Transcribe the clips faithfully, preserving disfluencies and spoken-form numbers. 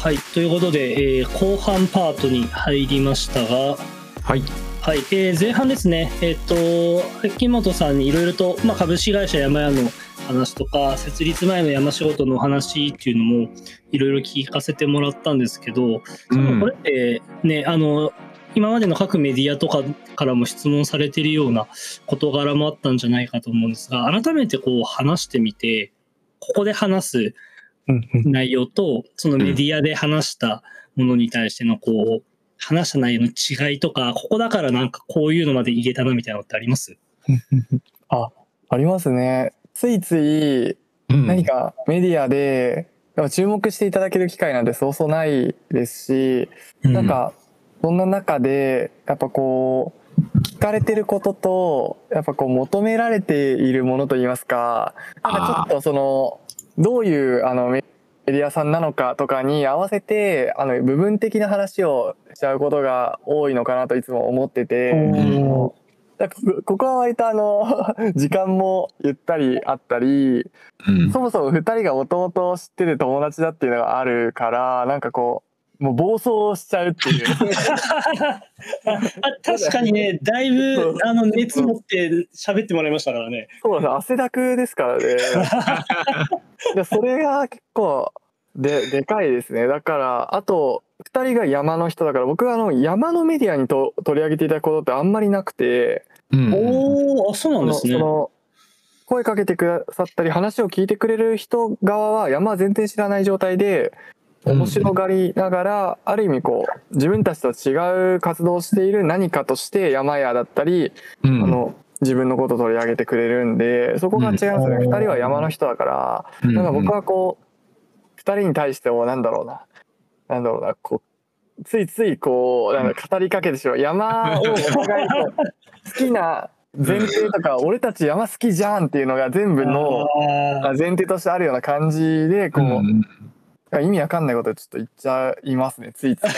はい、ということで、えー、後半パートに入りましたが、 はい、 はい、えー、前半ですね、えっ、ー、と秋元さんにいろいろと、まあ、株式会社山屋の話とか設立前の山仕事の話っていうのもいろいろ聞かせてもらったんですけど、うん、これってね、あの今までの各メディアとかからも質問されているような事柄もあったんじゃないかと思うんですが、改めてこう話してみて、ここで話す内容とそのメディアで話したものに対してのこう話した内容の違いとか、ここだからなんかこういうのまで言えたなみたいなのってあります？ あ、ありますね。ついつい何かメディアで注目していただける機会なんてそうそうないですし、うん、なんかそんな中でやっぱこう聞かれてることとやっぱこう求められているものといいますか、なんかちょっとそのどういうあのメディアさんなのかとかに合わせてあの部分的な話をしちゃうことが多いのかなといつも思ってて、だからここは割とあの時間もゆったりあったり、うん、そもそもふたりがもともと知ってて友達だっていうのがあるから、なんかこうもう暴走しちゃうっていうあ確かにね、だいぶあの熱持って喋ってもらいましたからね。 そうなんです、汗だくですからねでそれが結構ででかいですね。だからあとふたりが山の人だから、僕はあの山のメディアにと取り上げていただくことってあんまりなくて、 うん、おー、あ、そうなんですね。 その声かけてくださったり話を聞いてくれる人側は山は全然知らない状態で面白がりながら、ある意味こう自分たちと違う活動をしている何かとして山屋だったり、うん、あの自分のことを取り上げてくれるんで、そこが違うんですよね。ふたりは山の人だから、うん、なんか僕はこうふたりに対してもなんだろうななんだろうなこうついついこうなんか語りかけてしまう。山をお互い好きな前提とか俺たち山好きじゃんっていうのが全部の前提としてあるような感じでこう、うん意味わかんないことちょっと言っちゃいますね、ついつい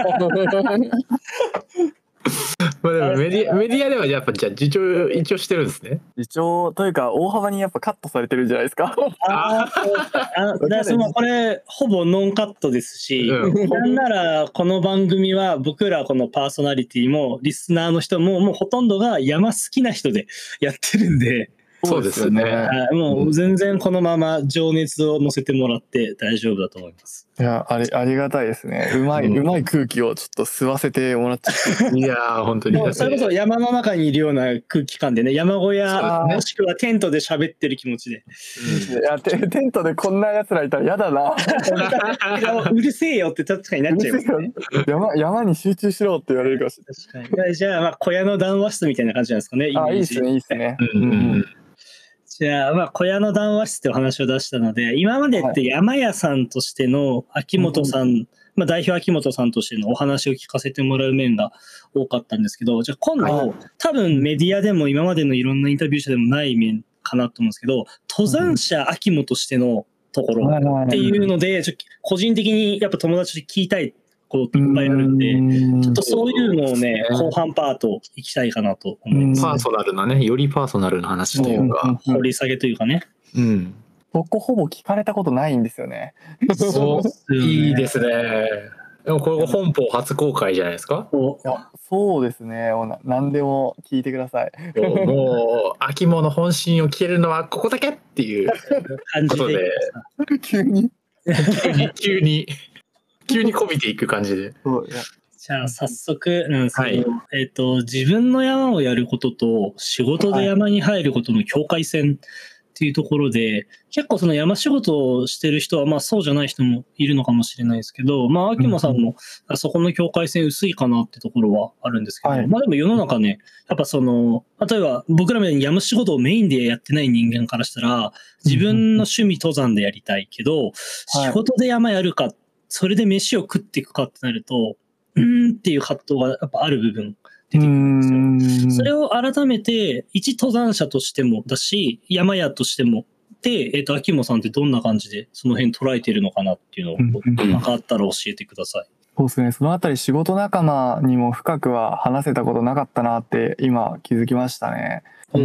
まあでもメディアメディアではやっぱじゃあ自重一応してるんですね。 自重というか大幅にやっぱカットされてるんじゃないですかああだそのこれほぼノンカットですし、うん、なんならこの番組は僕らこのパーソナリティもリスナーの人ももうほとんどが山好きな人でやってるんで、 そうですよね。 もう全然このまま情熱を乗せてもらって大丈夫だと思います。 いや、あり、ありがたいですね。うまい、うん、うまい空気をちょっと吸わせてもらっちゃって。 いやー、本当に。 それこそ山の中にいるような空気感でね、山小屋、ね、もしくはテントで喋ってる気持ちで。 うん、いやテ、テントでこんな奴らいたら嫌だな。 うるせえよって確かになっちゃいますね。 山、山に集中しろって言われるかもしれない。 確かに。じゃあ、まあ、小屋の談話室みたいな感じなんですかね。 あ、いいですね、いいですね。 うんうんうんじゃあ、まあ、小屋の談話室ってお話を出したので、今までって山屋さんとしての秋元さん、はい、まあ、代表秋元さんとしてのお話を聞かせてもらう面が多かったんですけど、じゃあ今度、はい、多分メディアでも今までのいろんなインタビュー者でもない面かなと思うんですけど、登山者秋元してのところっていうので、ちょっと個人的にやっぱ友達で聞きたいこといっぱいあるんで、ちょっとそういうのをね、後半パート行きたいかなと思います、ね。 パーソナルなね、よりパーソナルな話というか。 掘り下げというかね。 うん。 僕ほぼ聞かれたことないんですよね。 そう、いいですね。でもこれ本邦初公開じゃないですか。 いやそうですね。何でも聞いてください。 もう秋物本心を聞けるのはここだけっていうことで。 急に急に急に。急にこびていく感じで。 じゃあ早速なんですけど、はい、えっと自分の山をやることと仕事で山に入ることの境界線っていうところで、はい、結構その山仕事をしてる人はまあそうじゃない人もいるのかもしれないですけど、まあ秋元さんもそこの境界線薄いかなってところはあるんですけど、はい、まあでも世の中ね、やっぱその例えば僕らみたいに山仕事をメインでやってない人間からしたら、自分の趣味登山でやりたいけど、仕事で山やるかそれで飯を食っていくかってなると、うーんっていう葛藤がやっぱある部分出てくるんですよ。それを改めて、一登山者としてもだし、山屋としても、で、えっと、秋元さんってどんな感じでその辺捉えてるのかなっていうのを、なんかあったら教えてください。 そうですね。そのあたり仕事仲間にも深くは話せたことなかったなって今気づきましたね。うん、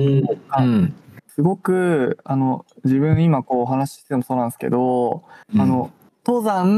すごく、あの、自分今こうお話ししてもそうなんですけど、うん、あの、登山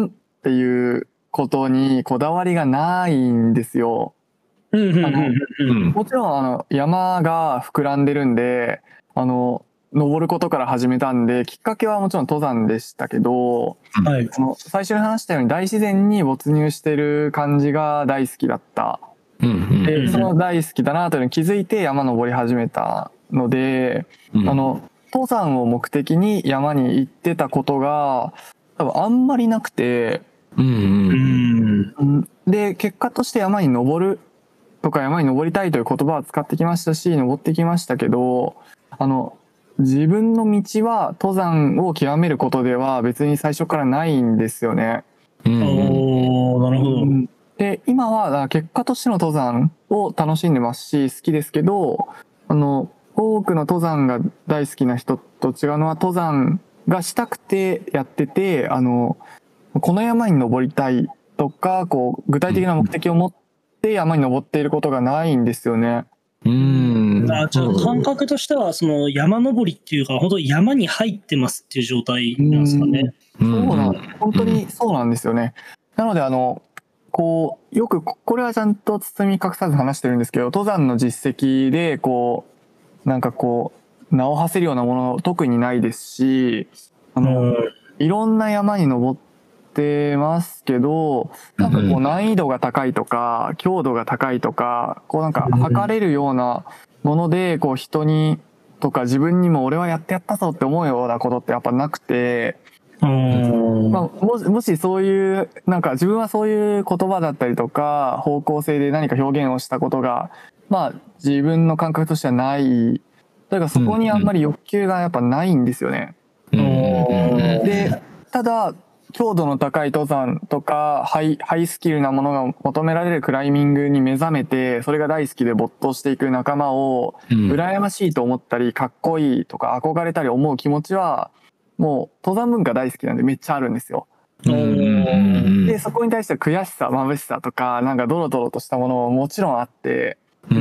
っていうことにこだわりがないんですよ。あのもちろんあの山が膨らんでるんで、あの登ることから始めたんで、きっかけはもちろん登山でしたけど、はい、その最初に話したように大自然に没入してる感じが大好きだった。でその大好きだなというのに気づいて山登り始めたので、うん、あの登山を目的に山に行ってたことが多分あんまりなくて、うんうん、で結果として山に登るとか山に登りたいという言葉を使ってきましたし、登ってきましたけど、あの自分の道は登山を極めることでは別に最初からないんですよね。 うん、おー、なるほど。 で今は結果としての登山を楽しんでますし好きですけど、あの多くの登山が大好きな人と違うのは、登山がしたくてやってて、あのこの山に登りたいとかこう具体的な目的を持って山に登っていることがないんですよね。 うーん、あ、じゃあ感覚としてはその山登りっていうか本当に山に入ってますっていう状態なんですかね。 うん、そうなん、本当にそうなんですよね。なのであのこうよくこれはちゃんと包み隠さず話してるんですけど、登山の実績でこうなんかこう名を馳せるようなもの特にないですし、あのいろんな山に登ってますけど、なんかこう難易度が高いとか強度が高いとか、こうなんか測れるようなものでこう人にとか自分にも俺はやってやったぞって思うようなことってやっぱなくて、まあ、もし、もしそういうなんか自分はそういう言葉だったりとか方向性で何か表現をしたことがまあ自分の感覚としてはない。だからそこにあんまり欲求がやっぱないんですよね。うんうん、でただ強度の高い登山とかハイ、ハイスキルなものが求められるクライミングに目覚めて、それが大好きで没頭していく仲間を羨ましいと思ったりかっこいいとか憧れたり思う気持ちはもう登山文化大好きなんでめっちゃあるんですよ。でそこに対して悔しさ眩しさとかなんかドロドロとしたものももちろんあって、うん、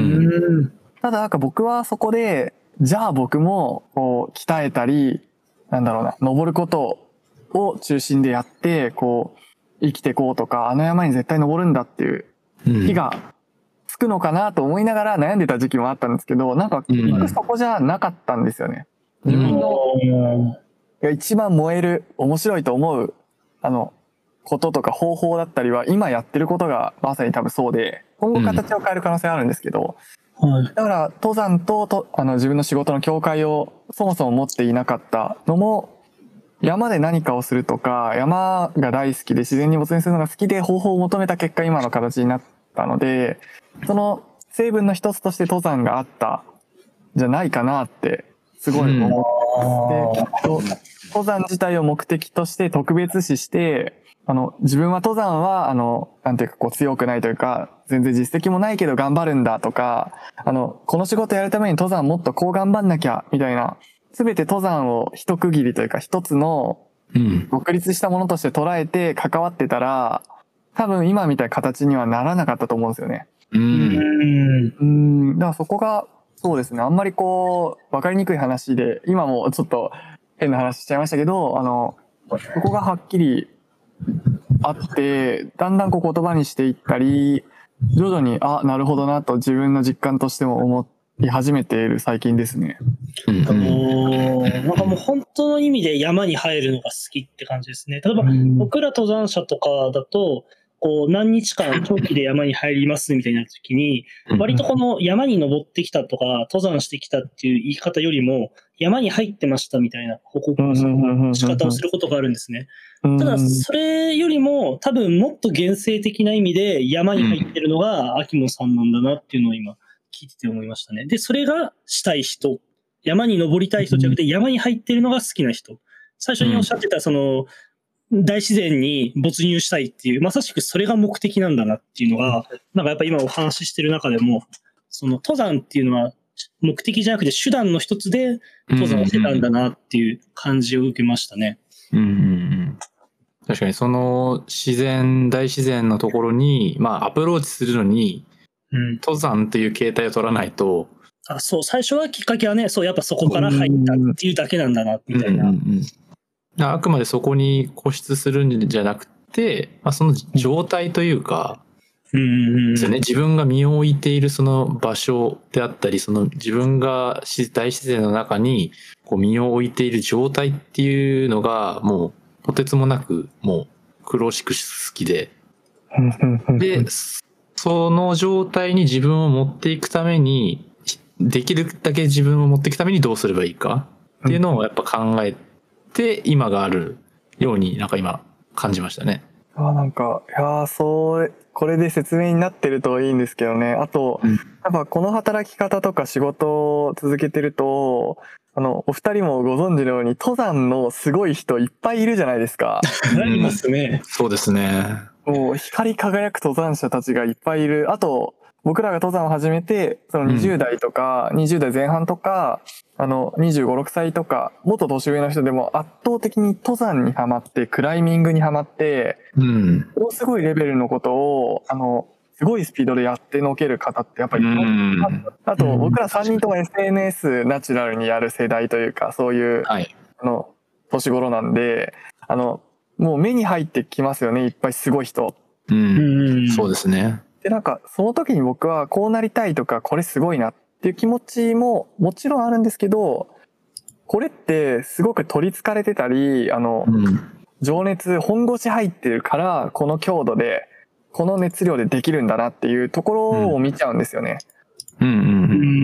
ただなんか僕はそこでじゃあ僕もこう鍛えたりなんだろうな登ることを中心でやってこう生きていこうとか、あの山に絶対登るんだっていう日がつくのかなと思いながら悩んでた時期もあったんですけど、なんか結局そこじゃなかったんですよね。自分の一番燃える面白いと思うあのこととか方法だったりは今やってることがまさに多分そうで、今後形を変える可能性はあるんですけど、うん、だから登山ととあの自分の仕事の境界をそもそも持っていなかったのも、山で何かをするとか山が大好きで自然に没入するのが好きで方法を求めた結果今の形になったので、その成分の一つとして登山があったじゃないかなってすごい思って、うん、登山自体を目的として特別視して、あの自分は登山はあのなんていうかこう強くないというか全然実績もないけど頑張るんだとか、あのこの仕事やるために登山もっとこう頑張んなきゃみたいな、全て登山を一区切りというか一つの独立したものとして捉えて関わってたら、多分今みたいな形にはならなかったと思うんですよね。うん。うん。だからそこがそうですね、あんまりこう分かりにくい話で、今もちょっと変な話しちゃいましたけど、あのそこがはっきりあって、だんだんこう言葉にしていったり、徐々にあなるほどなと自分の実感としても思い始めている最近ですね。 うん、なんかもう本当の意味で山に入るのが好きって感じですね。例えば僕ら登山者とかだとこう何日間長期で山に入りますみたいな時に、割とこの山に登ってきたとか登山してきたっていう言い方よりも山に入ってましたみたいな報告の仕方をすることがあるんですね。ただそれよりも多分もっと現世的な意味で山に入ってるのが秋元さんなんだなっていうのを今聞いてて思いましたね。で、それがしたい人、山に登りたい人じゃなくて山に入ってるのが好きな人。最初におっしゃってたその大自然に没入したいっていう、まさしくそれが目的なんだなっていうのが、なんかやっぱ今お話ししてる中でも、その登山っていうのは目的じゃなくて手段の一つで登山をしてたんだなっていう感じを受けましたね。うんうんうん、 確かにその自然、大自然のところに、まあアプローチするのに、うん、登山っていう形態を取らないと、 あ、そう、最初はきっかけはね、そう、やっぱそこから入ったっていうだけなんだな、みたいな。うんうんうん、 あくまでそこに固執するんじゃなくて、まあ、その状態というか、 うんですよね。自分が身を置いているその場所であったり、その自分が大自然の中にこう身を置いている状態っていうのが、もうとてつもなくもう苦しく好きで、で、その状態に自分を持っていくために、できるだけ自分を持っていくためにどうすればいいかっていうのをやっぱ考えて、今があるようになんか今感じましたね。 あ、なんか、いやー、それ、これで説明になってるといいんですけどね。あと、うん、やっぱこの働き方とか仕事を続けてると、あの、お二人もご存知のように、登山のすごい人いっぱいいるじゃないですか。 ありますね。 そうですね。 もう光り輝く登山者たちがいっぱいいる。あと、僕らが登山を始めて、そのにじゅう代とか、うん、にじゅう代前半とか、あの、にじゅうご、ろくさいとか、もっと年上の人でも圧倒的に登山にハマって、クライミングにハマって、うん。ものすごいレベルのことを、あの、すごいスピードでやってのける方ってやっぱり、うん、あ, あと、僕らさんにんとも エスエヌエス ナチュラルにやる世代というか、そういう、はい、あの、年頃なんで、あの、もう目に入ってきますよね、いっぱいすごい人。 うん。そうですね。 で、なんか、その時に僕はこうなりたいとか、これすごいなっていう気持ちももちろんあるんですけど、これってすごく取り憑かれてたり、あの、うん、情熱、本腰入ってるから、この強度で、この熱量でできるんだなっていうところを見ちゃうんですよね。 うんうんうん、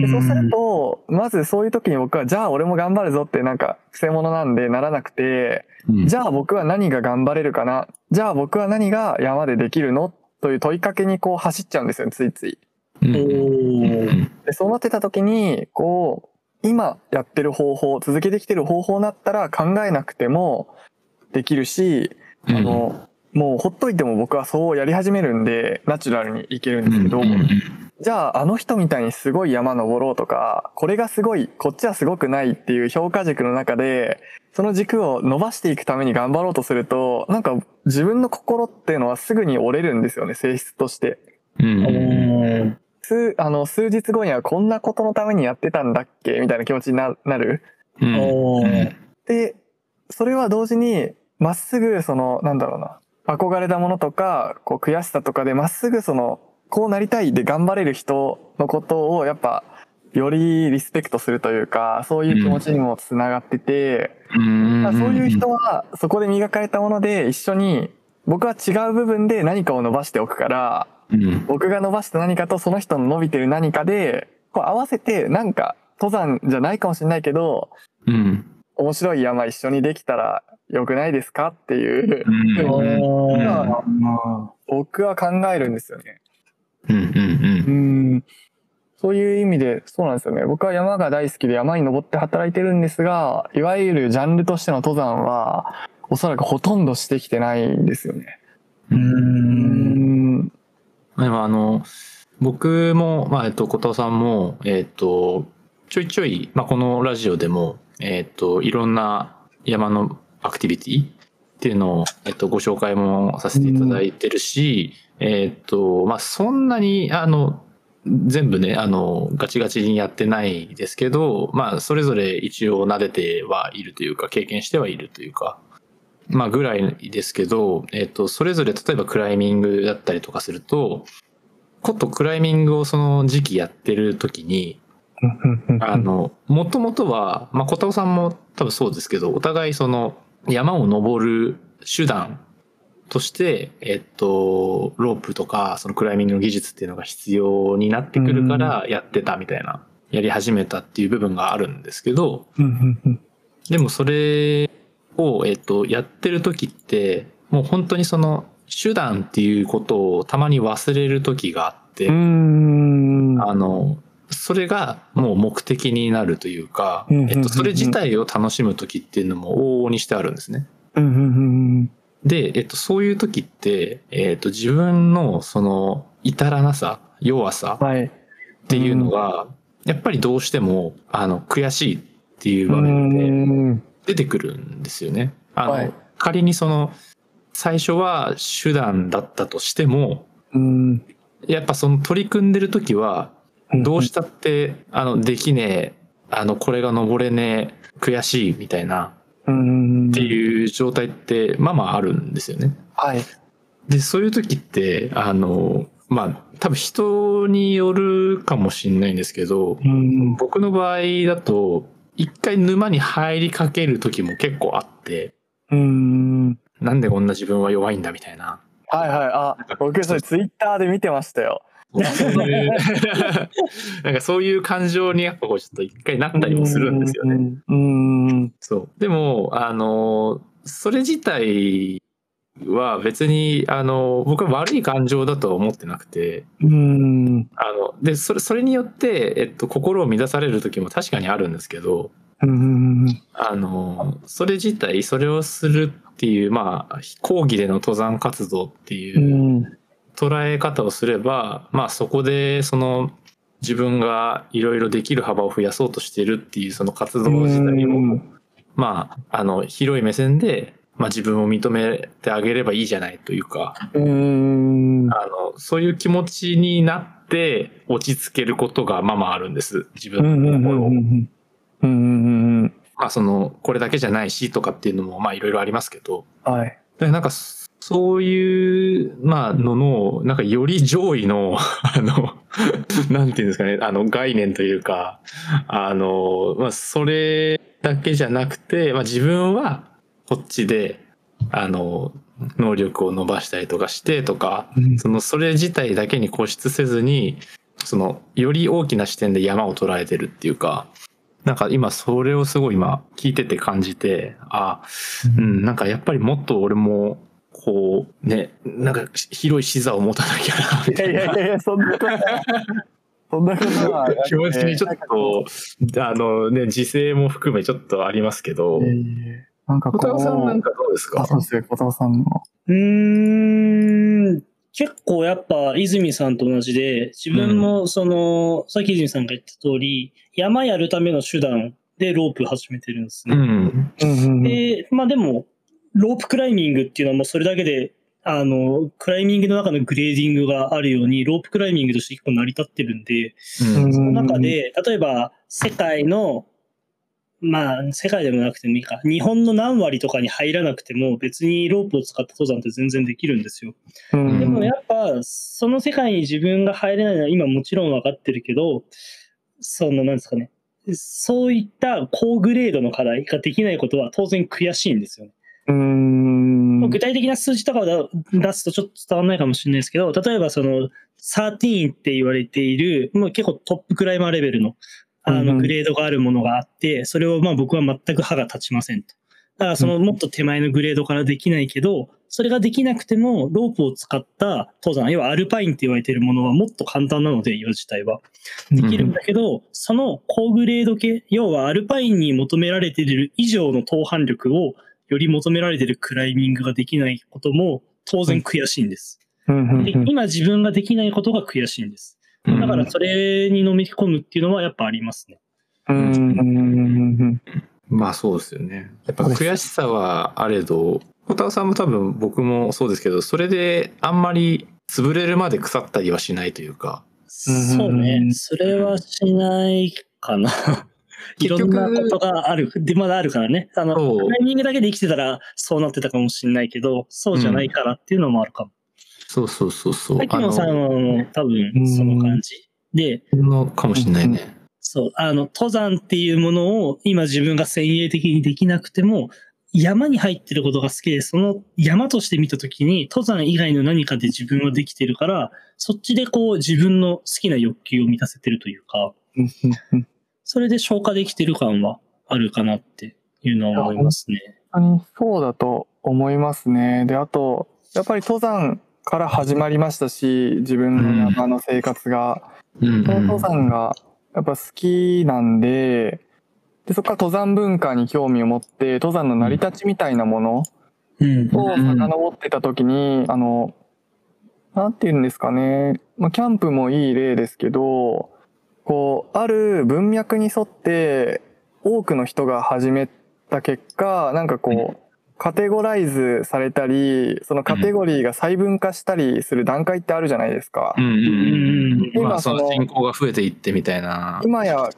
でそうすると、まずそういう時に僕は、じゃあ俺も頑張るぞってなんか、くせ者なんでならなくて、うん、じゃあ僕は何が頑張れるかな、じゃあ僕は何が山でできるのという問いかけにこう走っちゃうんですよね、ついつい。 うん、 でそうなってた時に、こう、今やってる方法、続けてきてる方法だったら考えなくてもできるし、あの、うん、もうほっといても僕はそうやり始めるんで、ナチュラルにいけるんですけど、うん、じゃああの人みたいにすごい山登ろうとか、これがすごい、こっちはすごくないっていう評価軸の中で、その軸を伸ばしていくために頑張ろうとすると、なんか自分の心っていうのはすぐに折れるんですよね、性質として。 うん、 数, あの数日後にはこんなことのためにやってたんだっけみたいな気持ちに な, なる。 うん、 で、それは同時に、まっすぐその、なんだろうな、憧れたものとか、こう悔しさとかでまっすぐその、こうなりたいで頑張れる人のことをやっぱ、よりリスペクトするというか、そういう気持ちにもつながってて、うん、そういう人はそこで磨かれたもので一緒に、僕は違う部分で何かを伸ばしておくから、うん、僕が伸ばした何かとその人の伸びてる何かで、こう合わせてなんか登山じゃないかもしれないけど、 うん、 面白い山一緒にできたら良くないですかっていう、 うん、 僕は考えるんですよね。 うんうんうんうん、そういう意味でそうなんですよね。僕は山が大好きで山に登って働いてるんですが、いわゆるジャンルとしての登山はおそらくほとんどしてきてないんですよね。 うーん。でもあの僕もまあえっと小田さんもえっとちょいちょいまあこのラジオでもえっといろんな山のアクティビティっていうのをえっとご紹介もさせていただいてるし、えっとまあそんなにあの全部ねあのガチガチにやってないですけど、まあそれぞれ一応撫でてはいるというか経験してはいるというか。まあぐらいですけど、えっと、それぞれ例えばクライミングだったりとかすると、ことクライミングをその時期やってる時に、あの、もともとは、まあ小田さんも多分そうですけど、お互いその山を登る手段として、えっと、ロープとかそのクライミングの技術っていうのが必要になってくるからやってたみたいな、やり始めたっていう部分があるんですけど、でもそれ、を、えっと、やってる時って、もう本当にその手段っていうことをたまに忘れる時があって、 うーんあの、それがもう目的になるというか、えっと、それ自体を楽しむ時っていうのも往々にしてあるんですね。で、えっと、そういう時って、えっと、自分のその至らなさ、弱さっていうのが、やっぱりどうしても、あの、悔しいっていう場面で、出てくるんですよね。あの、はい、仮にその最初は手段だったとしても、 うん、 やっぱその取り組んでる時はどうしたってあのできねえ、あのこれが登れねえ、悔しいみたいなっていう状態ってまあまああるんですよね。 はい。 でそういう時ってあのまあ多分人によるかもしれないんですけど、うん、僕の場合だと一回沼に入りかける時も結構あって、うん、なんでこんな自分は弱いんだみたいな。 はいはい。あ、僕それツイッターで見てましたよ。 そういうなんかそういう感情にやっぱこうちょっと一回なったりもするんですよね。うん、そうでもあのそれ自体は別にあの僕は悪い感情だとは思ってなくて、うんあのでそれそれによって、えっと、心を乱される時も確かにあるんですけど、うんあのそれ自体それをするっていうまあ講義での登山活動っていう捉え方をすれば、まあそこでその自分がいろいろできる幅を増やそうとしてるっていうその活動自体をまああの広い目線でまあ自分を認めてあげればいいじゃないというか、うーんあのそういう気持ちになって落ち着けることがまあまああるんです。自分の心を。うんうんうん、まあそのこれだけじゃないしとかっていうのもまあいろいろありますけど、はい。でなんかそういうまあののなんかより上位のあのなんていうんですかねあの概念というかあのまあそれだけじゃなくてまあ自分はこっちであの能力を伸ばしたりとかしてとか、うん、そのそれ自体だけに固執せずにそのより大きな視点で山を捉えてるっていうか、なんか今それをすごい今聞いてて感じて、あ、うん、なんかやっぱりもっと俺もこうねなんか広い視座を持たなきゃなみたいな。いやいやいやそんなことない。そんなことは気持ちにちょっとあのね時勢も含めちょっとありますけど。えーなんかこう、小田さんなんかどうですか？そうですよ、小田さんの。 うーん、結構やっぱ泉さんと同じで、自分もその、うん、さっき泉さんが言った通り、山やるための手段でロープ始めてるんですね。うん、で、まあでも、ロープクライミングっていうのはもうそれだけで、あの、クライミングの中のグレーディングがあるように、ロープクライミングとして一個成り立ってるんで、うん、その中で、例えば世界のまあ、世界でもなくてもいいか。日本の何割とかに入らなくても、別にロープを使った登山って全然できるんですよ。うん、でもやっぱ、その世界に自分が入れないのは今もちろん分かってるけど、その、なんですかね。そういった高グレードの課題ができないことは当然悔しいんですよね。うーん具体的な数字とかを出すとちょっと伝わらないかもしれないですけど、例えばその、じゅうさんって言われている、もう結構トップクライマーレベルの、あの、グレードがあるものがあって、それをまあ僕は全く歯が立ちませんと。だからそのもっと手前のグレードからできないけど、それができなくても、ロープを使った登山、要はアルパインって言われているものはもっと簡単なので、岩自体は。できるんだけど、その高グレード系、要はアルパインに求められている以上の登攀力をより求められているクライミングができないことも当然悔しいんです。で今自分ができないことが悔しいんです。だからそれに飲み込むっていうのはやっぱありますね。うん。 まあそうですよね。やっぱ悔しさはあれど、小田さんも多分僕もそうですけど、それであんまり潰れるまで腐ったりはしないというか。 そうね。それはしないかな。いろんなことがある。で、まだあるからね。あの、タイミングだけで生きてたらそうなってたかもしれないけど、そうじゃないからっていうのもあるかも。 そうそうそうそう。 秋野さんはもう多分その感じで。 のかもしれないね。 そう。あの、登山っていうものを今自分が先鋭的にできなくても、山に入ってることが好きで、その山として見たときに、登山以外の何かで自分はできてるから、そっちでこう自分の好きな欲求を満たせてるというか、それで消化できてる感はあるかなっていうのは思いますね。 本当にそうだと思いますね。で、あと、やっぱり登山から始まりましたし、自分の山の生活が、うん、その登山がやっぱ好きなんで、でそこから登山文化に興味を持って、登山の成り立ちみたいなものを遡ってた時に、あの、なんていうんですかね、まあ、キャンプもいい例ですけど、こう、ある文脈に沿って多くの人が始めた結果、なんかこう、カテゴライズされたり、そのカテゴリーが細分化したりする段階ってあるじゃないですか。 うんうんうん、今その人口が増えていってみたいな。 今や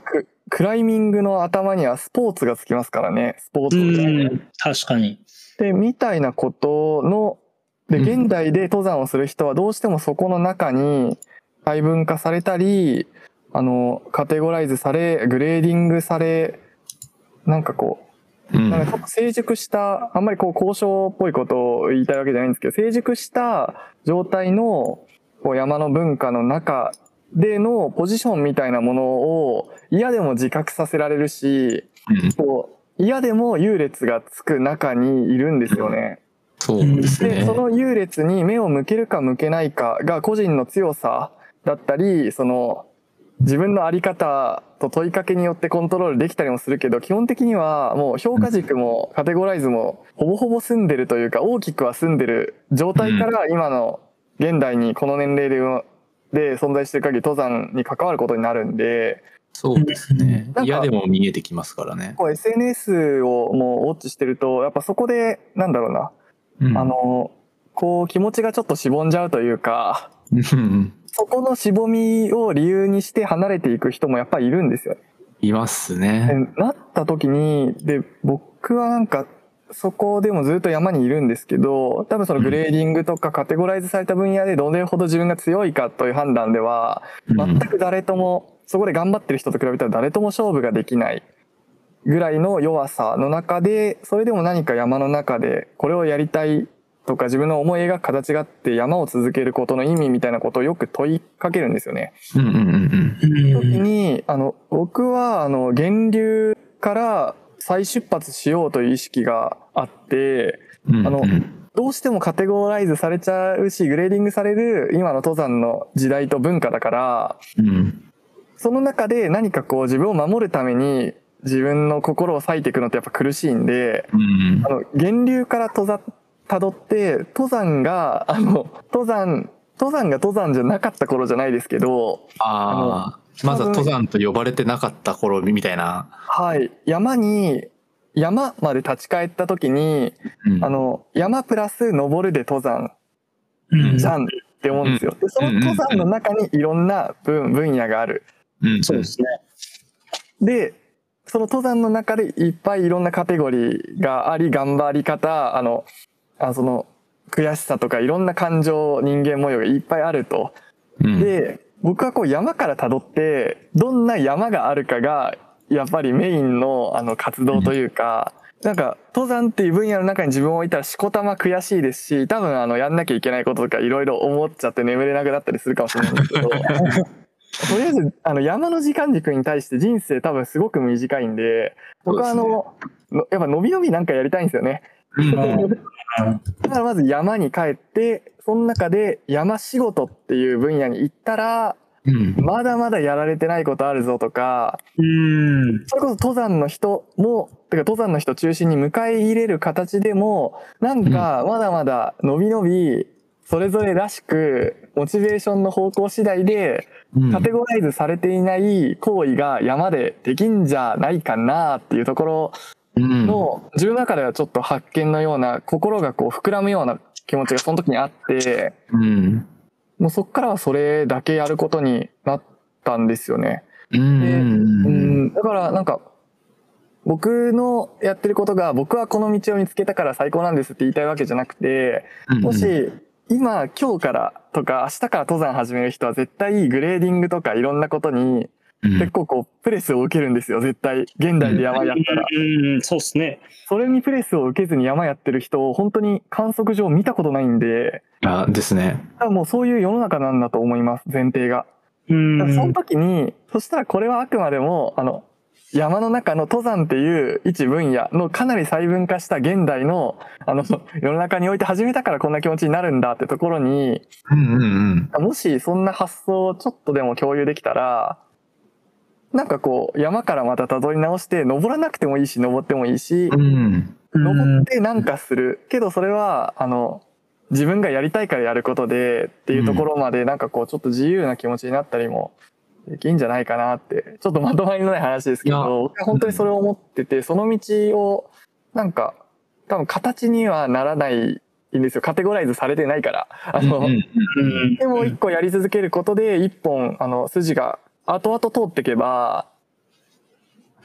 クライミングの頭にはスポーツがつきますからね、スポーツ。 うん、確かに。 で、みたいなことの、で、現代で登山をする人はどうしてもそこの中に細分化されたり、あの、カテゴライズされ、グレーディングされ、なんかこう、なんか成熟した、あんまりこう交渉っぽいことを言いたいわけじゃないんですけど、成熟した状態のこう山の文化の中でのポジションみたいなものを嫌でも自覚させられるし、こう嫌でも優劣がつく中にいるんですよね。 そうですね。 で、その優劣に目を向けるか向けないかが個人の強さだったり、その自分の在り方と問いかけによってコントロールできたりもするけど、基本的にはもう評価軸もカテゴライズもほぼほぼ済んでるというか、大きくは済んでる状態から今の現代にこの年齢でで存在してる限り登山に関わることになるんで。 そうですね。嫌でも見えてきますからね。 こう エスエヌエス をもうウォッチしてると、やっぱそこでなんだろうな、うん、あのこう気持ちがちょっとしぼんじゃうというかそこのしぼみを理由にして離れていく人もやっぱりいるんですよね。 いますね。 なった時に、で僕はなんかそこでもずっと山にいるんですけど、多分そのグレーディングとかカテゴライズされた分野でどれほど自分が強いかという判断では、全く誰ともそこで頑張ってる人と比べたら誰とも勝負ができないぐらいの弱さの中で、それでも何か山の中でこれをやりたいとか自分の思い描く形があって山を続けることの意味みたいなことをよく問いかけるんですよね。 うんうんうんうん。 時にあの僕はあの源流から再出発しようという意識があって、うんうん、あのどうしてもカテゴライズされちゃうしグレーディングされる今の登山の時代と文化だから、うん、その中で何かこう自分を守るために自分の心を割いていくのってやっぱ苦しいんで、うん、あの源流から登山たどって登山があの登山登山が登山じゃなかった頃じゃないですけど、 ああまずは登山と呼ばれてなかった頃みたいな。 はい。山に、山まで立ち返った時に、うん、あの、山プラス登るで登山じゃんって思うんですよ。で、その登山の中にいろんな分、分野がある。 うん、そうですね。 で、その登山の中でいっぱいいろんなカテゴリーがあり、頑張り方、あの、あその、悔しさとかいろんな感情、人間模様がいっぱいあると。うん、で、僕はこう山から辿ってどんな山があるかがやっぱりメインのあの活動というか、なんか登山っていう分野の中に自分を置いたらしこたま悔しいですし、多分あのやんなきゃいけないこととかいろいろ思っちゃって眠れなくなったりするかもしれないんですけどとりあえずあの山の時間軸に対して人生多分すごく短いんで、僕はあのやっぱ伸び伸びなんかやりたいんですよね。だからまず山に帰って、その中で山仕事っていう分野に行ったら、うん、まだまだやられてないことあるぞとか、うん、それこそ登山の人も、てか登山の人中心に迎え入れる形でも、なんかまだまだ伸び伸び、それぞれらしく、モチベーションの方向次第で、カテゴライズされていない行為が山でできんじゃないかなっていうところ、の自分の中ではちょっと発見のような心がこう膨らむような気持ちがその時にあって、うん、もうそっからはそれだけやることになったんですよね。うん、で、うん、だからなんか僕のやってることが僕はこの道を見つけたから最高なんですって言いたいわけじゃなくて、もし今今日からとか明日から登山始める人は絶対グレーディングとかいろんなことに結構こうプレスを受けるんですよ、絶対現代で山やったら。 うん、そうですね。 それにプレスを受けずに山やってる人を本当に観測上見たことないんで。 あですね。 多分もうそういう世の中なんだと思います、前提が。うんだからその時にそしたらこれはあくまでもあの山の中の登山っていう一分野のかなり細分化した現代のあの世の中において始めたからこんな気持ちになるんだってところに、うんうんうん、もしそんな発想をちょっとでも共有できたら、なんかこう山からまたたどり直して登らなくてもいいし登ってもいいし、うん、登ってなんかするけどそれはあの自分がやりたいからやることでっていうところまでなんかこうちょっと自由な気持ちになったりもできんじゃないかなって、ちょっとまとまりのない話ですけど、僕は本当にそれを思ってて、その道をなんか多分形にはならないんですよ、カテゴライズされてないから。あの、でも一個やり続けることで一本あの筋が後々通っていけば、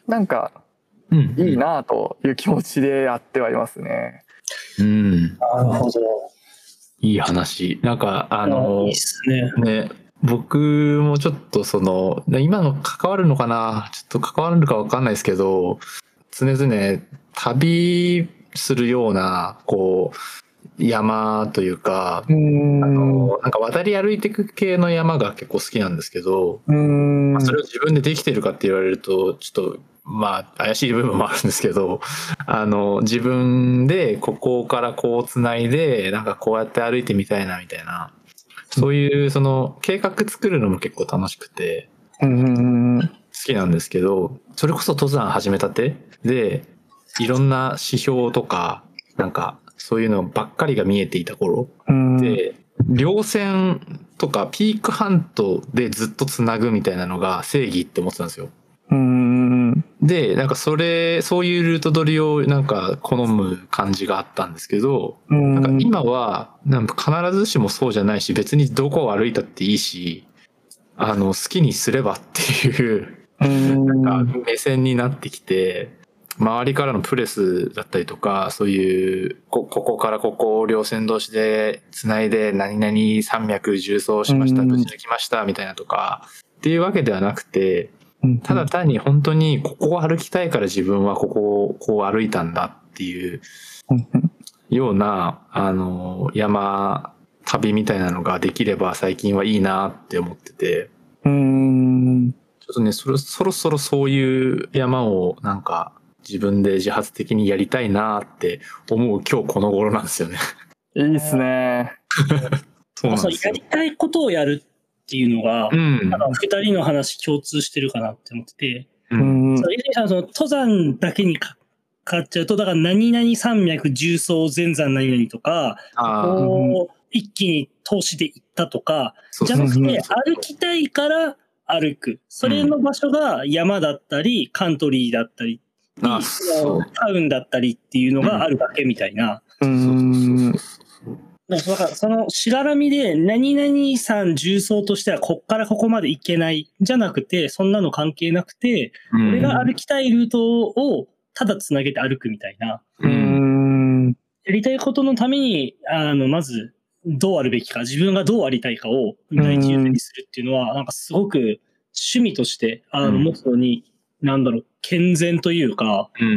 なんかいいなという気持ちでやってはいますね。 うん。 なるほど。 いい話。なんかあのいいっすね。 ね、僕もちょっとその今の関わるのかな、ちょっと関わるかわかんないですけど、常々旅するようなこう山というか、 うーんあのなんか渡り歩いていく系の山が結構好きなんですけど、 うーんまあそれを自分でできてるかって言われるとちょっとまあ怪しい部分もあるんですけど、あの自分でここからこうつないでなんかこうやって歩いてみたいなみたいな、そういうその計画作るのも結構楽しくてうんうんうん好きなんですけど、それこそ登山始めたてでいろんな指標とかなんかそういうのばっかりが見えていた頃うんで、稜線とかピークハントでずっとつなぐみたいなのが正義って思ってたんですよ。 うんで、なんかそれ、そういうルート取りをなんか好む感じがあったんですけど、 うんなんか今はなんか必ずしもそうじゃないし、別にどこを歩いたっていいし、あの、好きにすればっていう、 うんなんか目線になってきて、周りからのプレスだったりとか、そういうこここからここを稜線同士で繋いで何々山脈縦走しました、無事できましたみたいなとかっていうわけではなくて、ただ単に本当にここを歩きたいから自分はここをこう歩いたんだっていうようなあの山旅みたいなのができれば最近はいいなって思ってて、 うんちょっとねそろそろそろそういう山をなんか自分で自発的にやりたいなって思う今日この頃なんですよね。 いいっすね。 そうなんですよ。 やりたいことをやるっていうのが、 うん、 なんかふたりの話共通してるかなって思ってて、 うんそう、泉さんその登山だけにかかっちゃうと、だから何々山脈縦走全山何々とか、こう一気に通しで行ったとか、じゃなくて歩きたいから歩く。それの場所が山だったり、カントリーだったり、 あそうタウンだったりっていうのがあるだけみたいな。 うんだからそのしがらみで何々山縦走としてはこっからここまで行けないじゃなくて、そんなの関係なくて、 うん俺が歩きたいルートをただつなげて歩くみたいな。 うんやりたいことのために、あの、まずどうあるべきか、自分がどうありたいかを第一優先にするっていうのは、なんかすごく趣味としてあの持つのに、なんだろう、健全というか、 うん、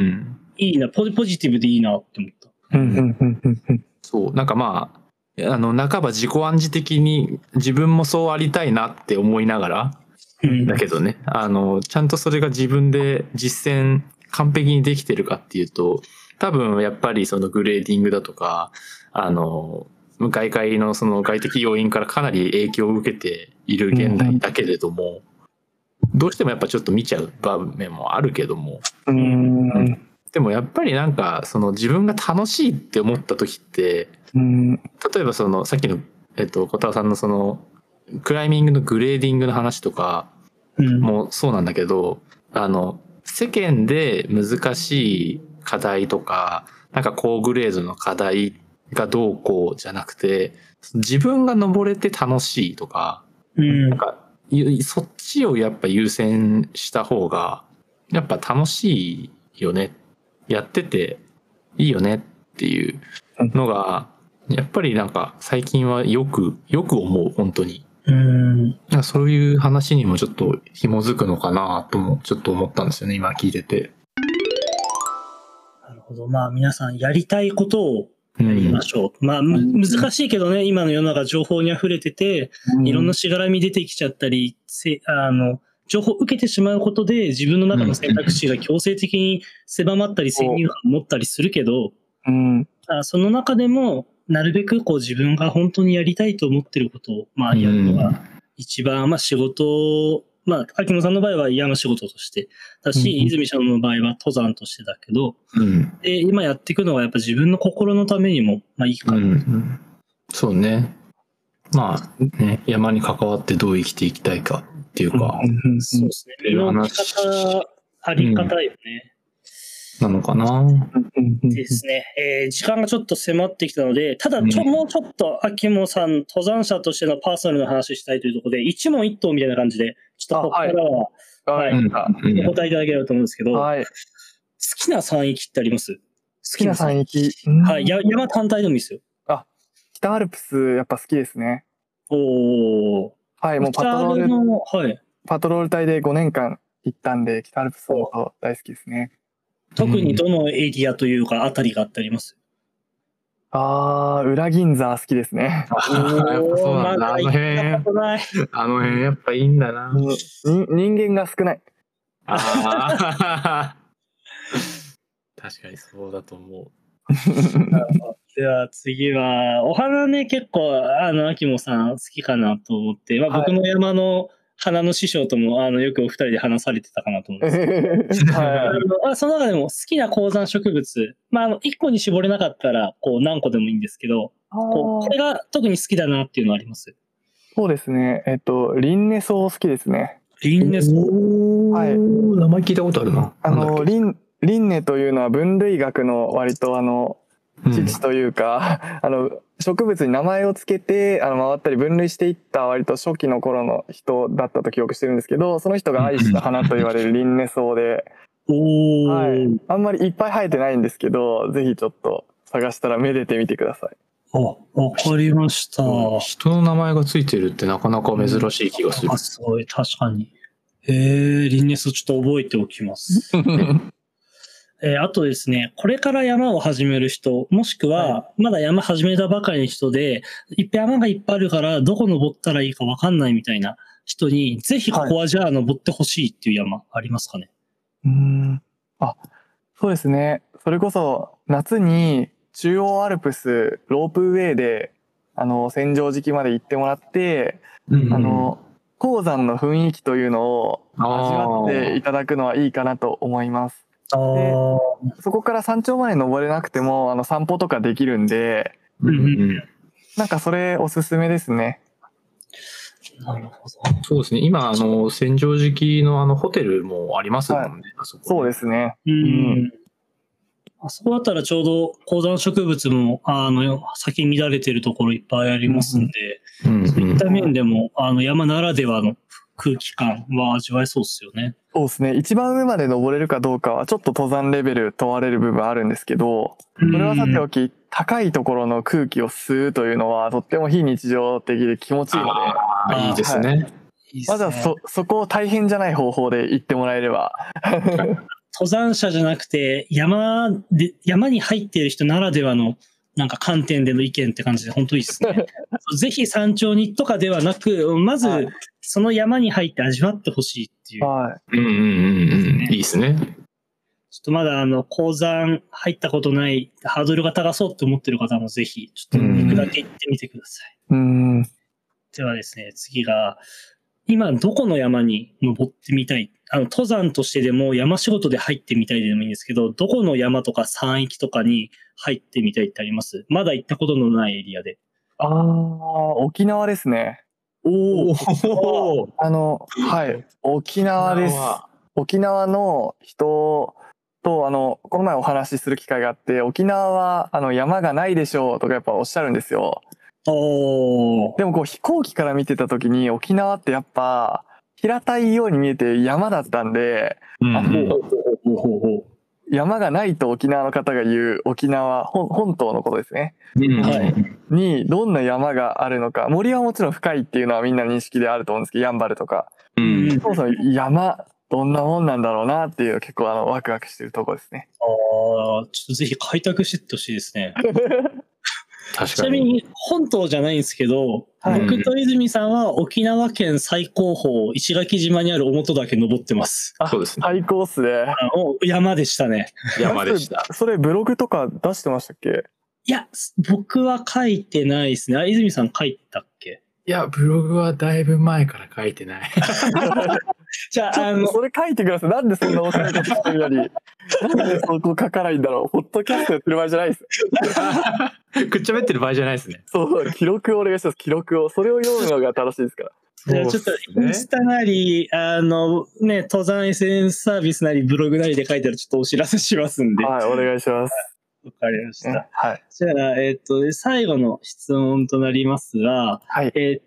いいな、ポジ、ポジティブでいいなって思った。 うんそう、なんかまあ、あの、半ば自己暗示的に自分もそうありたいなって思いながら、うん、だけどね、あの、ちゃんとそれが自分で実践完璧にできてるかっていうと、多分やっぱりそのグレーディングだとか、あの、外界のその外的要因からかなり影響を受けている現代だけれども、うん、どうしてもやっぱちょっと見ちゃう場面もあるけども、 うんうん、 でもやっぱりなんかその自分が楽しいって思った時って、うん、例えばそのさっきのえっと小田さんのそのクライミングのグレーディングの話とかもそうなんだけど、うん、あの世間で難しい課題とかなんか高グレードの課題がどうこうじゃなくて、自分が登れて楽しいとか、うん、なんかそっちをやっぱ優先した方がやっぱ楽しいよね、やってていいよねっていうのがやっぱりなんか最近はよくよく思う、本当に。うん、そういう話にもちょっと紐づくのかなともちょっと思ったんですよね、今聞いてて。 なるほど。まあ皆さんやりたいことをやりましょう。うん、まあ難しいけどね、今の世の中情報に溢れてて、うん、いろんなしがらみ出てきちゃったり、せあの情報を受けてしまうことで自分の中の選択肢が強制的に狭まったり先入観を持ったりするけど、うん、その中でもなるべくこう自分が本当にやりたいと思ってることをまあやるのが一番、まあ仕事、まあ秋野さんの場合は山仕事としてだし、うん、泉さんの場合は登山としてだけど、うん、で今やっていくのはやっぱ自分の心のためにもまあいいかな、うん、 そうね。まあね、山に関わってどう生きていきたいかっていうか、 うん、そうですね。身の生き方、あり方よね。 なのかなですね、えー。時間がちょっと迫ってきたので、ただちょ、うん、もうちょっと秋元さん、登山者としてのパーソナルの話したいというところで、一問一答みたいな感じで、ちょっとここからははい。 うんお答えいただければと思うんですけど、 はい、 好きな山域ってあります？好好きな山域。 はい。や山単体でもいいですよ。 あ、北アルプスやっぱ好きですね。 おー。 はい、もうパトロール、 の、はい、 パトロール隊でごねんかん行ったんで、北アルプス本当大好きですね。 特にどのエリアというか、あたりがあってあります？ あー、裏銀座好きですね。 ああ、やっぱそうなんだ。あの辺、あの辺やっぱいいんだな。 に人間が少ない。 ああ。確かにそうだと思う。 では次は、お花ね、結構、あの、秋元さん好きかなと思って、まあ、僕の山の花の師匠とも、あの、よくお二人で話されてたかなと思うんですけど、はい、あのその中でも好きな高山植物、まあ、あの、一個に絞れなかったら、こう、何個でもいいんですけど、こうこれが特に好きだなっていうのはあります？ そうですね。えっと、リンネソウ好きですね。 リンネソウ、はい。名前聞いたことあるな。 あの、リン、リンネというのは分類学の割とあの、父というか、うん、あの、植物に名前をつけて、あの、回ったり分類していった割と初期の頃の人だったと記憶してるんですけど、その人が愛した花と言われるリンネソウで、 おはい。あんまりいっぱい生えてないんですけど、ぜひちょっと探したらめでてみてください。 あ、わかりました。 人の名前がついてるってなかなか珍しい気がする。 あ、すごい、確かに。へえ、リンネソウちょっと覚えておきます。えー、あとですね、これから山を始める人、もしくは、まだ山始めたばかりの人で、いっぱい山がいっぱいあるから、どこ登ったらいいかわかんないみたいな人に、ぜひここはじゃあ登ってほしいっていう山ありますかね？ うーん。あ、そうですね。それこそ、夏に中央アルプスロープウェイで、あの、千畳敷まで行ってもらって、うんうん、あの、高山の雰囲気というのを味わっていただくのはいいかなと思います。でそこから山頂まで登れなくてもあの散歩とかできるんで、うんうん、なんかそれおすすめですね。 なるほど。そうですね。今あの千畳敷のあのホテルもありますもんね。はい、あそこね。 そうですね。 うん。あそこだったらちょうど高山植物もあの咲き乱れてるところいっぱいありますんで、うんうん、そういった面でもあの山ならではの空気感は味わえそうですよね。 そうですね。一番上まで登れるかどうかはちょっと登山レベル問われる部分あるんですけど、それはさておき、高いところの空気を吸うというのはとっても非日常的で気持ちいいので。 ああ、いいですね。はい、 まずはそ、そこを大変じゃない方法で行ってもらえれば。 登山者じゃなくて、山で、山に入っている人ならではのなんか観点での意見って感じで本当にいいですね。ぜひ山頂にとかではなく、まずその山に入って味わってほしいっていう。 はい。 うんうんうんうん。いいですね。 ちょっとまだあの、高山入ったことない、ハードルが高そうって思ってる方もぜひ、ちょっと行くだけ行ってみてください。 うんではですね、次が、今どこの山に登ってみたい？あの、登山としてでも山仕事で入ってみたいでもいいんですけど、どこの山とか山域とかに入ってみたいってあります？まだ行ったことのないエリアで。 ああ、沖縄ですね。 おお。 あの、はい、沖縄です。沖縄の人と、あの、この前お話しする機会があって、沖縄は、あの、山がないでしょうとかやっぱおっしゃるんですよ。 おでもこう飛行機から見てた時に沖縄ってやっぱ平たいように見えて山だったんで、うんうん、山がないと沖縄の方が言う沖縄 本, 本島のことですね、うんはい、にどんな山があるのか。森はもちろん深いっていうのはみんな認識であると思うんですけど、やんばるとか、うん、そもそも山どんなもんなんだろうなっていう結構あのワクワクしてるところですね。 ああ、ちょっとぜひ開拓してってほしいですね。 確かに。 ちなみに本島じゃないんですけど、はい、僕と泉さんは沖縄県最高峰石垣島にある尾本岳登ってます。 あ、そうですね。最高っすね。 山でしたね。 山でした。 それブログとか出してましたっけ？ いや、僕は書いてないですね。あ、泉さん書いたっけ？ いや、ブログはだいぶ前から書いてない。 じゃあ、あの、それ書いてください。なんでそんなおしゃれなことしてるのに。なんでそこ書かないんだろう。ポッドキャストやってる場合じゃないです。 くっちゃべってる場合じゃないですね。 そう、記録をお願いします。記録を。それを読むのが正しいですから。 じゃあちょっとインスタなり、あのね、登山 エスエヌエス サービスなり、ブログなりで書いたらちょっとお知らせしますんで。 はい、お願いします。 わかりました。 はい。 じゃあ、えっと、最後の質問となりますが、 はい。 えー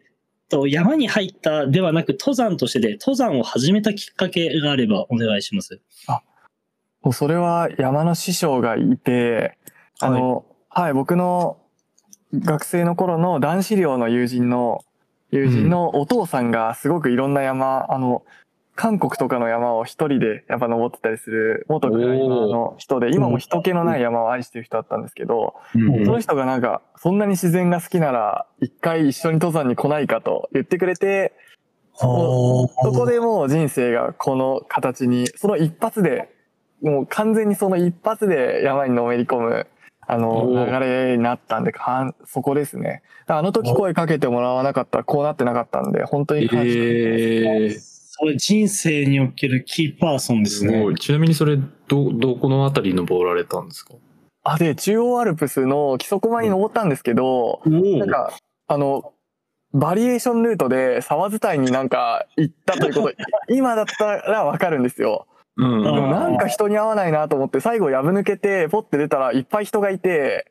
と、山に入ったではなく、登山としてで、登山を始めたきっかけがあればお願いします。 あ、もうそれは山の師匠がいて、あの、はい、はい、僕の学生の頃の男子寮の友人の、友人のお父さんがすごくいろんな山、あの、韓国とかの山を一人でやっぱ登ってたりする元クライマーの人で、今も人気のない山を愛してる人だったんですけど、その人がなんか、そんなに自然が好きなら、一回一緒に登山に来ないかと言ってくれて、そこでもう人生がこの形に、その一発で、もう完全にその一発で山にのめり込む、あの、流れになったんで、かそこですね。あの時声かけてもらわなかったらこうなってなかったんで、本当に感謝してます。 それ人生におけるキーパーソンですね。 すちなみにそれ、ど、どこのあたり登られたんですか？ あ、で、中央アルプスの木曽駒に登ったんですけど、うん、なんか、あの、バリエーションルートで沢伝いになんか行ったということ、今だったらわかるんですよ。うん、でもなんか人に会わないなと思って最後やぶ抜けてポッて出たらいっぱい人がいて、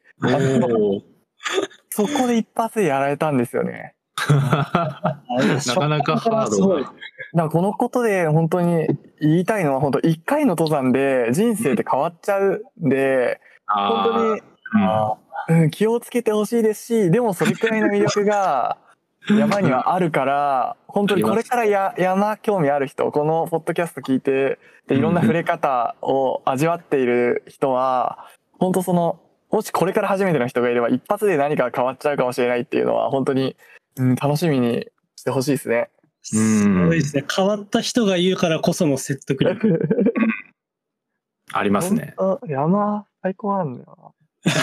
そこで一発でやられたんですよね。 なかなかハードな。 だからこのことで本当に言いたいのは本当いっかいの登山で人生って変わっちゃうんで、本当に、うん、気をつけてほしいですし、でもそれくらいの魅力が山にはあるから、本当にこれからや山興味ある人、このポッドキャスト聞いて、でいろんな触れ方を味わっている人は、本当その、もしこれから初めての人がいれば一発で何か変わっちゃうかもしれないっていうのは本当に、うん、楽しみにしてほしいですね。 すごいですね。変わった人が言うからこその説得力。 ありますね。 山、最高なんだよ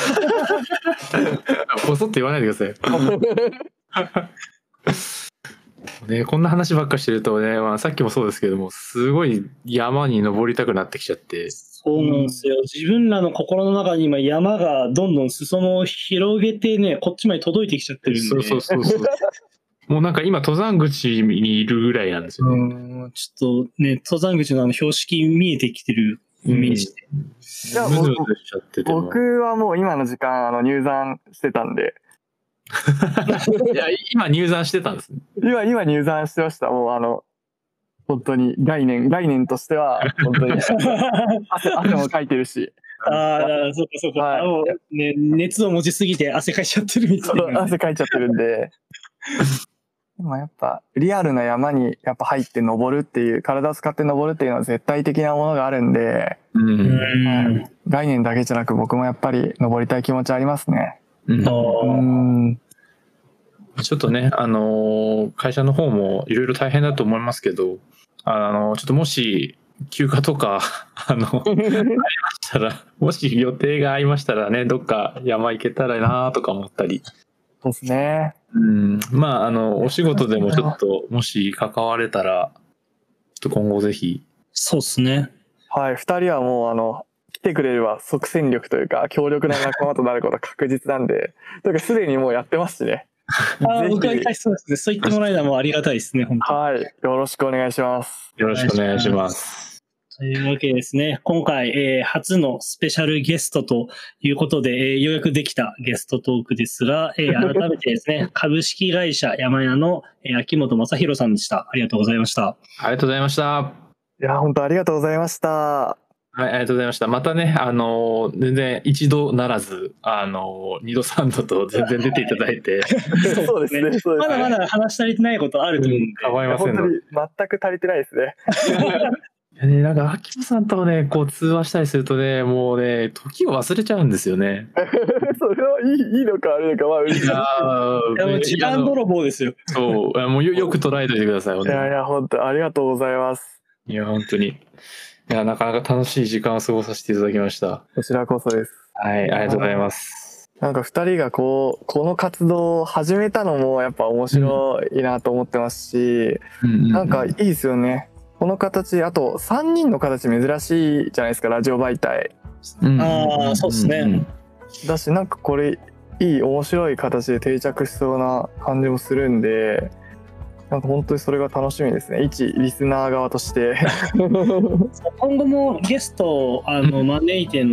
な。ボソって言わないでください。ね、こんな話ばっかしてるとね、まあ、さっきもそうですけども、すごい山に登りたくなってきちゃって。 そうなんですよ。自分らの心の中に今山がどんどん裾野を広げてね、こっちまで届いてきちゃってるんで。 そうそうそうそう。もうなんか今登山口にいるぐらいなんですよね。 うん、ちょっとね、登山口のあの標識見えてきてるイメージで。 うん、ムズムズしちゃってても。僕はもう今の時間あの入山してたんで。 いや今入山してたんですね。 今今入山してました。もうあの本当に概念概念としては本当に汗汗もかいてるし。 ああ、そうかそうか。はい、もうね、熱を持ちすぎて汗かいちゃってるみたいな。 汗かいちゃってるんで。でもやっぱリアルな山にやっぱ入って登るっていう、体を使って登るっていうのは絶対的なものがあるんで、うんはい、概念だけじゃなく僕もやっぱり登りたい気持ちありますね。うん、 ちょっとね、あのー、会社の方もいろいろ大変だと思いますけど、あのー、ちょっともし休暇とかあのありましたら、もし予定が合いましたらね、どっか山行けたらなとか思ったり。 そうですね。 うん、まああのお仕事でもちょっともし関われたら、ちょっと今後ぜひ。 そうですね。 はい、二人はもうあの。来てくれれば即戦力というか強力な仲間となることは確実なんで、というかすでにもうやってますしね。 あ僕は一回そうですね。そう言ってもらえたらもうありがたいですね、本当。 はい、よろしくお願いします。 よろしくお願いします。 というわけですね、今回、えー、初のスペシャルゲストということで、えー、ようやくできたゲストトークですが、えー、改めてですね、株式会社山屋の、えー、秋元正弘さんでした。ありがとうございました。 ありがとうございました。 いや、本当ありがとうございました。 はい、ありがとうございました。またね、あのー、全然一度ならず、あのー、二度三度と全然出ていただいて。 そうですね。 まだまだ話足りてないことあると思うんで。 構いませんので。 本当に全く足りてないですね。 いやね、なんか、秋元さんとね、こう通話したりするとね、もうね、時を忘れちゃうんですよね。 それはいい、いいのか悪いのか、まあ、 いや、いや時間泥棒ですよ。 そう、もうよ、よく捉えておいてください。 いやいや、本当ありがとうございます。 いや、本当に。いや、なかなか楽しい時間を過ごさせていただきました。 こちらこそです。 はい、ありがとうございます。 なんか二人がこう、この活動を始めたのもやっぱ面白いなと思ってますし、うん、なんかいいですよね。この形、あとさんにんの形珍しいじゃないですか、ラジオ媒体。 うん、ああ、そうですね。 だし、なんかこれ、いい、面白い形で定着しそうな感じもするんで、なんか本当にそれが楽しみですね。一リスナー側として。 今後もゲストをあの招いての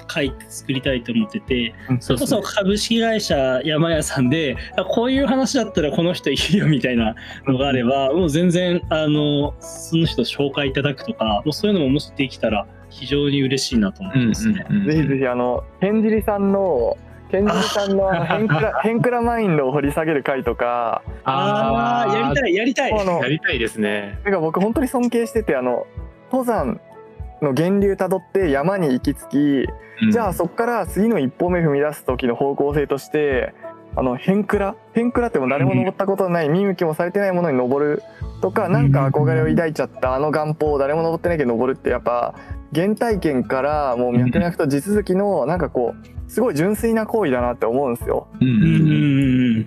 会作りたいと思ってて、 うん、 それこそ株式会社山屋さんでこういう話だったらこの人いいよみたいなのがあれば、もう全然あのその人紹介いただくとか、もうそういうのももしできたら非常に嬉しいなと思ってますね。 ぜひぜひあのケンジリさんのケンジリさんのヘンクラヘンクラマインドを掘り下げる回とか、 ああやりたいやりたいやりたいですね。 なんか僕本当に尊敬してて、あの登山の源流たどって山に行き着き、うん、じゃあそこから次の一歩目踏み出す時の方向性としてあのヘンクラヘンクラっても誰も登ったことのない、うん、見向きもされてないものに登るとか、なんか憧れを抱いちゃったあの岩峰を誰も登ってないけど登るって、やっぱ原体験からもう脈々と地続きのなんかこうすごい純粋な行為だなって思うんですよ。うん、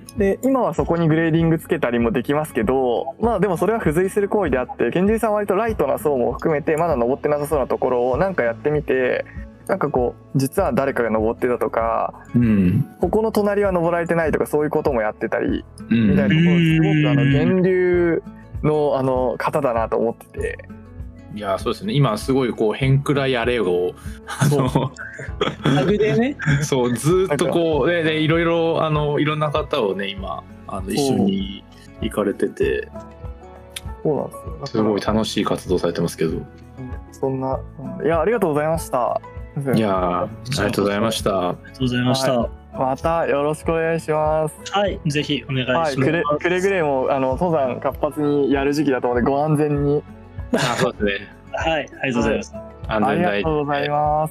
で今はそこにグレーディングつけたりもできますけど、まあでもそれは付随する行為であって、ケンジリさんは割とライトな層も含めてまだ登ってなさそうなところをなんかやってみて、なんかこう実は誰かが登ってたとか、うん、ここの隣は登られてないとか、そういうこともやってたりみたいなところ、すごくあの源流のあの方だなと思ってて。 いやそうですね、今すごいこうヘンクラやれをあのタグでねそうずっとこうででいろいろあのいろんな方をね今あの一緒に行かれてて、 そうなんですよ、 すごい楽しい活動されてますけど、 そんな、いやありがとうございました。 いやありがとうございました。 ありがとうございました。はい、 またよろしくお願いします。 はい、ぜひお願いします。 はい、くれくれぐれもあの登山活発にやる時期だと思うのでご安全に。 あ、そうですね。 はい、ありがとうございます。はい、 ありがとうございます。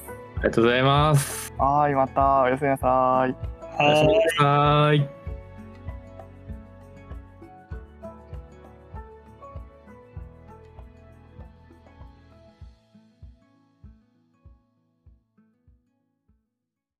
ありがとうございます。 はい、またおやすみなさい。 おやすみなさい。